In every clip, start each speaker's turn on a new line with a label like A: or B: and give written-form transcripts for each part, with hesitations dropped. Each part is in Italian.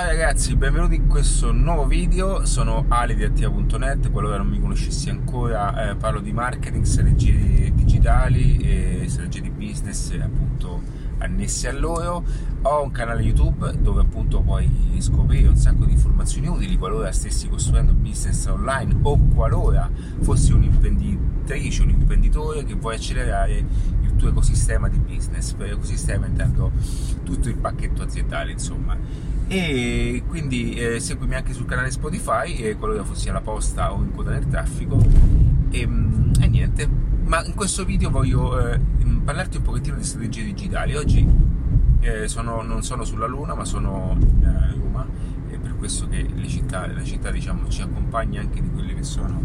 A: Ciao ragazzi, benvenuti in questo nuovo video. Sono Ale di Attiva.net. Qualora non mi conoscessi ancora, parlo di marketing, strategie digitali e strategie di business appunto annesse a loro. Ho un canale YouTube dove appunto puoi scoprire un sacco di informazioni utili qualora stessi costruendo un business online o qualora fossi un'imprenditrice, un imprenditore che vuoi accelerare il tuo ecosistema di business. Per ecosistema intendo tutto il pacchetto aziendale, insomma. E quindi seguimi anche sul canale Spotify qualora fossi alla posta o in coda nel traffico e niente, ma in questo video voglio parlarti un pochettino di strategie digitali. Oggi non sono sulla Luna ma sono in Roma, e per questo che la città diciamo ci accompagna anche di quelli che sono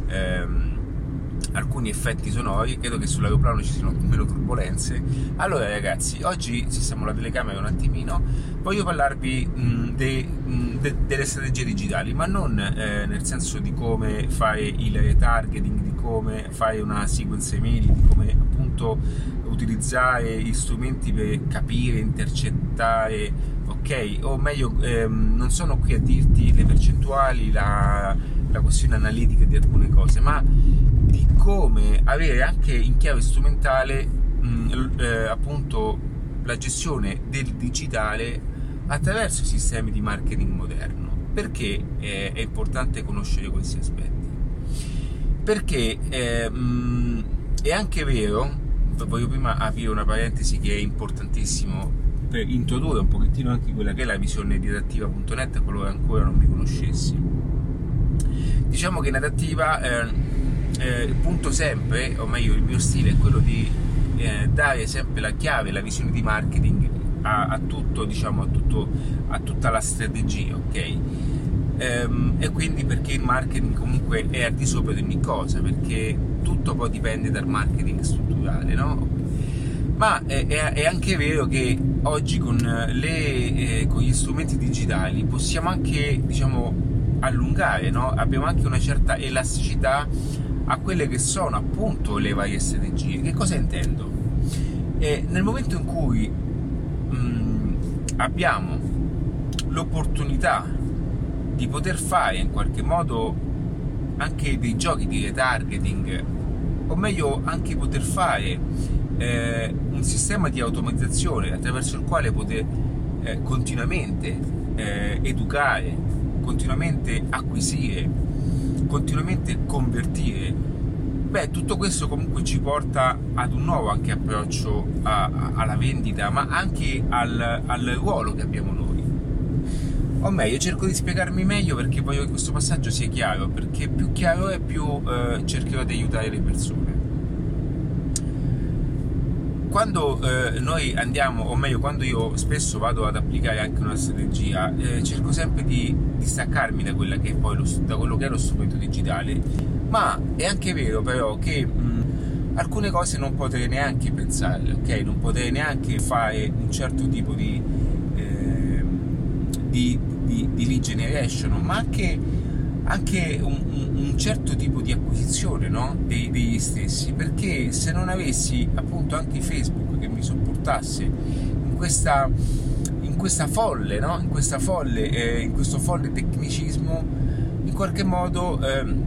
A: alcuni effetti sonori. Credo che sull'aeroplano ci siano meno turbulenze. Allora ragazzi, oggi siamo la telecamera un attimino, voglio parlarvi delle strategie digitali, ma non nel senso di come fare il retargeting, di come fare una sequence email, di come appunto utilizzare gli strumenti per capire, intercettare, ok? O meglio, non sono qui a dirti le percentuali, la questione analitica di alcune cose, ma di come avere anche in chiave strumentale appunto la gestione del digitale attraverso i sistemi di marketing moderno. Perché è importante conoscere questi aspetti? Perché è anche vero, voglio prima aprire una parentesi che è importantissimo per introdurre un pochettino anche quella che è la visione di Adattiva.net qualora ancora non mi conoscessi. Diciamo che in Adattiva punto sempre, o meglio il mio stile è quello di dare sempre la chiave, la visione di marketing a tutto, diciamo a tutta la strategia, ok? E quindi perché il marketing comunque è al di sopra di ogni cosa, perché tutto poi dipende dal marketing strutturale, no? Ma è anche vero che oggi con gli strumenti digitali possiamo anche, diciamo, allungare, no? Abbiamo anche una certa elasticità a quelle che sono appunto le varie strategie. Che cosa intendo? Nel momento in cui abbiamo l'opportunità di poter fare in qualche modo anche dei giochi di retargeting, o meglio anche poter fare un sistema di automatizzazione attraverso il quale poter continuamente educare, continuamente acquisire, continuamente convertire, tutto questo comunque ci porta ad un nuovo anche approccio alla vendita, ma anche al ruolo che abbiamo noi. O meglio, cerco di spiegarmi meglio perché voglio che questo passaggio sia chiaro, perché più chiaro è più cercherò di aiutare le persone. Quando noi andiamo, o meglio quando io spesso vado ad applicare anche una strategia, cerco sempre di distaccarmi da quella che è poi da quello che è lo strumento digitale, ma è anche vero però che alcune cose non potrei neanche pensarle, ok? Non potrei neanche fare un certo tipo di lead generation, ma anche un certo tipo di acquisizione, no? degli stessi, perché se non avessi appunto anche Facebook che mi supportasse in questa folle, no? in questo folle tecnicismo, in qualche modo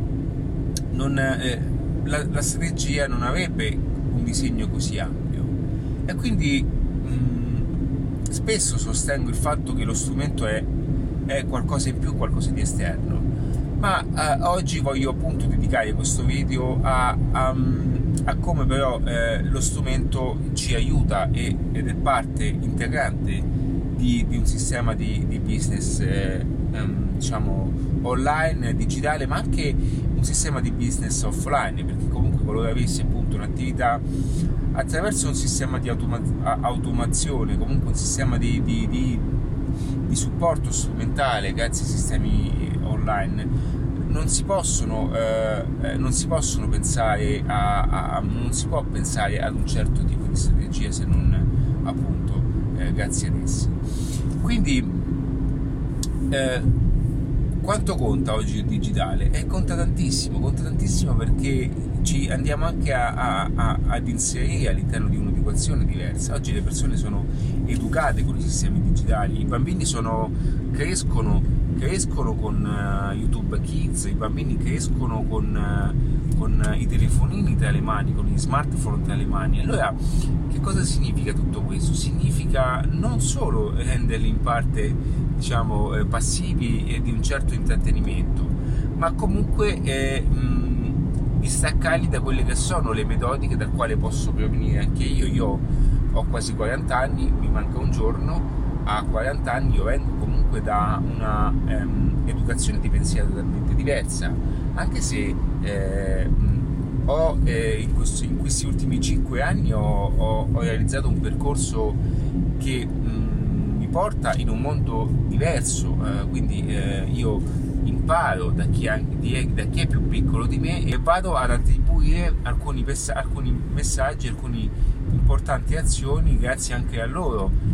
A: la strategia non avrebbe un disegno così ampio. E quindi spesso sostengo il fatto che lo strumento è qualcosa in più, qualcosa di esterno, ma oggi voglio appunto dedicare questo video a come però lo strumento ci aiuta ed è parte integrante di un sistema di business diciamo online, digitale, ma anche un sistema di business offline, perché comunque qualora avessi appunto un'attività attraverso un sistema di automazione, comunque un sistema di supporto strumentale grazie ai sistemi online, non si possono pensare non si può pensare ad un certo tipo di strategia se non appunto grazie ad essi. Quindi quanto conta oggi il digitale? Conta tantissimo perché ci andiamo anche ad inserire all'interno di uno di un'educazione diversa. Oggi le persone sono educate con i sistemi digitali, i bambini crescono con YouTube Kids, i bambini crescono con i telefonini tra le mani, con gli smartphone tra le mani. Allora, che cosa significa tutto questo? Significa non solo renderli in parte, diciamo, passivi di un certo intrattenimento, ma comunque distaccarli da quelle che sono le metodiche dal quale posso provenire anche io. Io ho quasi 40 anni, mi manca un giorno. A 40 anni io vengo comunque da una educazione di pensiero totalmente diversa, anche se in questi ultimi 5 anni ho realizzato un percorso che mi porta in un mondo diverso, quindi io imparo da chi è più piccolo di me e vado ad attribuire alcuni messaggi, alcune importanti azioni grazie anche a loro,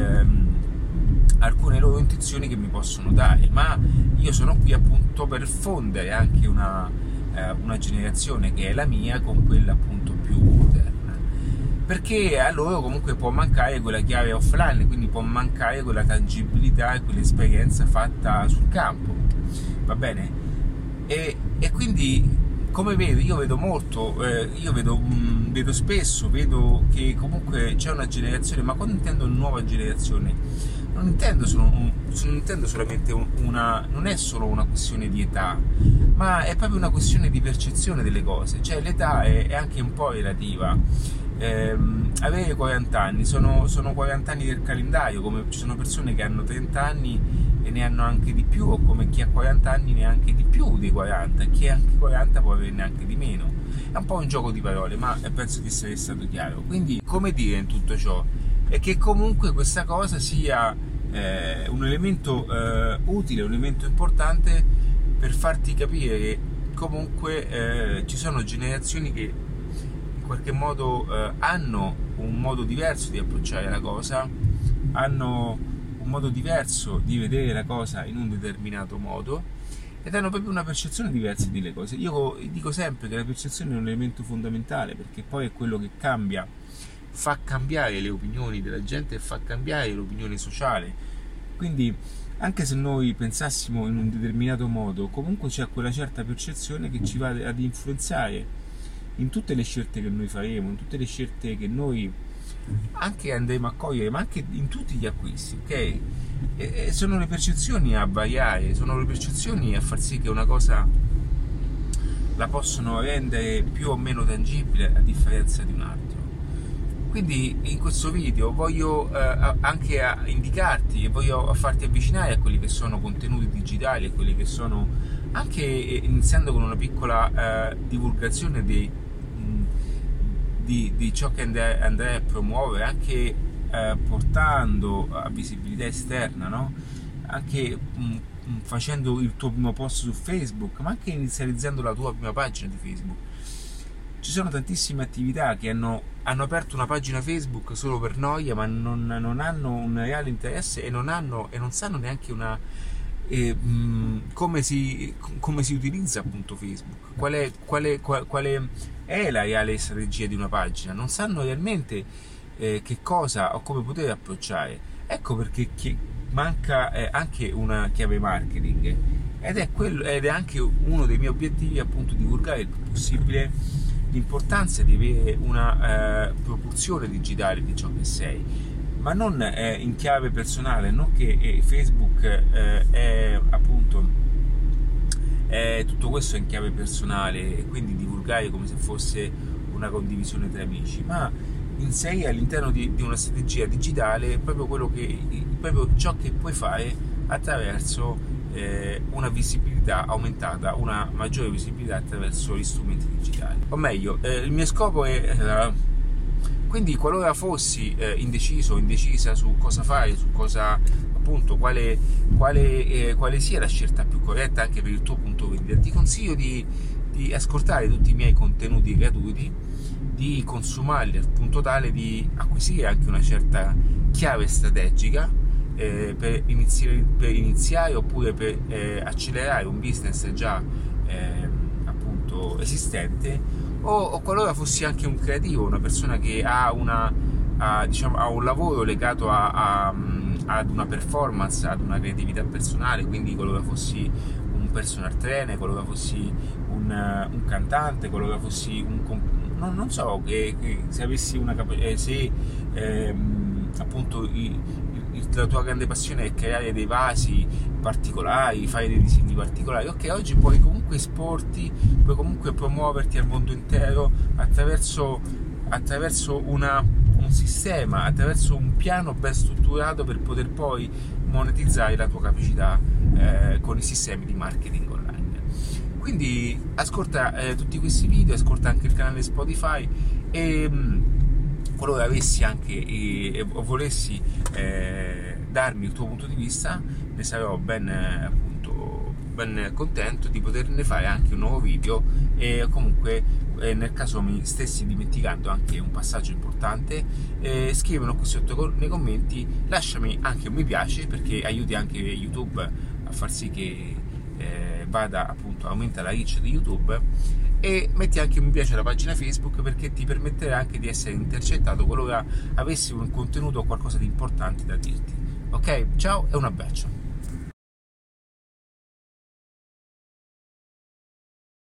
A: alcune loro intuizioni che mi possono dare. Ma io sono qui appunto per fondere anche una generazione che è la mia con quella appunto più moderna, perché a loro comunque può mancare quella chiave offline, quindi può mancare quella tangibilità e quell'esperienza fatta sul campo, va bene? E quindi, come vedo, io vedo molto, vedo spesso che comunque c'è una generazione, ma quando intendo nuova generazione non intendo solamente non è solo una questione di età, ma è proprio una questione di percezione delle cose. Cioè l'età è anche un po' relativa. Avere 40 anni sono 40 anni del calendario, come ci sono persone che hanno 30 anni e ne hanno anche di più, o come chi ha 40 anni ne ha anche di più dei 40, chi ha anche 40 può averne anche di meno. È un po' un gioco di parole, ma penso di essere stato chiaro. Quindi, come dire in tutto ciò? È che comunque questa cosa sia un elemento utile, un elemento importante per farti capire che comunque ci sono generazioni che in qualche modo hanno un modo diverso di approcciare la cosa, hanno un modo diverso di vedere la cosa in un determinato modo ed hanno proprio una percezione diversa delle cose. Io dico sempre che la percezione è un elemento fondamentale, perché poi è quello che fa cambiare le opinioni della gente e fa cambiare l'opinione sociale. Quindi anche se noi pensassimo in un determinato modo, comunque c'è quella certa percezione che ci va ad influenzare in tutte le scelte che noi faremo, in tutte le scelte che noi anche andremo a cogliere, ma anche in tutti gli acquisti, ok? E sono le percezioni a variare, sono le percezioni a far sì che una cosa la possono rendere più o meno tangibile a differenza di un altro. Quindi in questo video voglio anche indicarti e voglio farti avvicinare a quelli che sono contenuti digitali, a quelli che sono, anche iniziando con una piccola divulgazione di ciò che andrai a promuovere, anche portando a visibilità esterna, no? Anche facendo il tuo primo post su Facebook, ma anche inizializzando la tua prima pagina di Facebook. Ci sono tantissime attività che hanno aperto una pagina Facebook solo per noia, ma non hanno un reale interesse e non sanno neanche come si utilizza appunto Facebook, quale è la reale strategia di una pagina, non sanno realmente che cosa o come poter approcciare. Ecco perché manca anche una chiave marketing, ed è anche uno dei miei obiettivi, appunto, divulgare il più possibile l'importanza di avere una propulsione digitale di ciò che sei, ma non in chiave personale, non che Facebook è appunto tutto questo è in chiave personale e quindi divulgare come se fosse una condivisione tra amici, ma inserire all'interno di una strategia digitale proprio ciò che puoi fare attraverso una visibilità aumentata, una maggiore visibilità attraverso gli strumenti digitali. O meglio, il mio scopo è quindi, qualora fossi indeciso o indecisa su cosa fare, su cosa, appunto, quale sia la scelta più corretta anche per il tuo punto vendita, ti consiglio di ascoltare tutti i miei contenuti gratuiti, di consumarli al punto tale di acquisire anche una certa chiave strategica per iniziare oppure per accelerare un business già appunto appunto esistente, o qualora fossi anche un creativo, una persona che ha un lavoro legato ad una performance, ad una creatività personale, quindi qualora fossi un personal trainer, qualora fossi un cantante, qualora fossi non so, se avessi una se appunto la tua grande passione è creare dei vasi particolari, fare dei disegni particolari, ok, oggi puoi comunque esporti, puoi comunque promuoverti al mondo intero attraverso un sistema, attraverso un piano ben strutturato per poter poi monetizzare la tua capacità con i sistemi di marketing online. Quindi ascolta tutti questi video, ascolta anche il canale Spotify e qualora avessi anche o volessi darmi il tuo punto di vista, ne sarò ben contento di poterne fare anche un nuovo video. E comunque nel caso mi stessi dimenticando anche un passaggio importante, scrivilo qui sotto nei commenti, lasciami anche un mi piace, perché aiuti anche YouTube a far sì che aumenta la reach di YouTube, e metti anche un mi piace alla pagina Facebook, perché ti permetterà anche di essere intercettato qualora avessi un contenuto o qualcosa di importante da dirti. Ok, ciao e un abbraccio.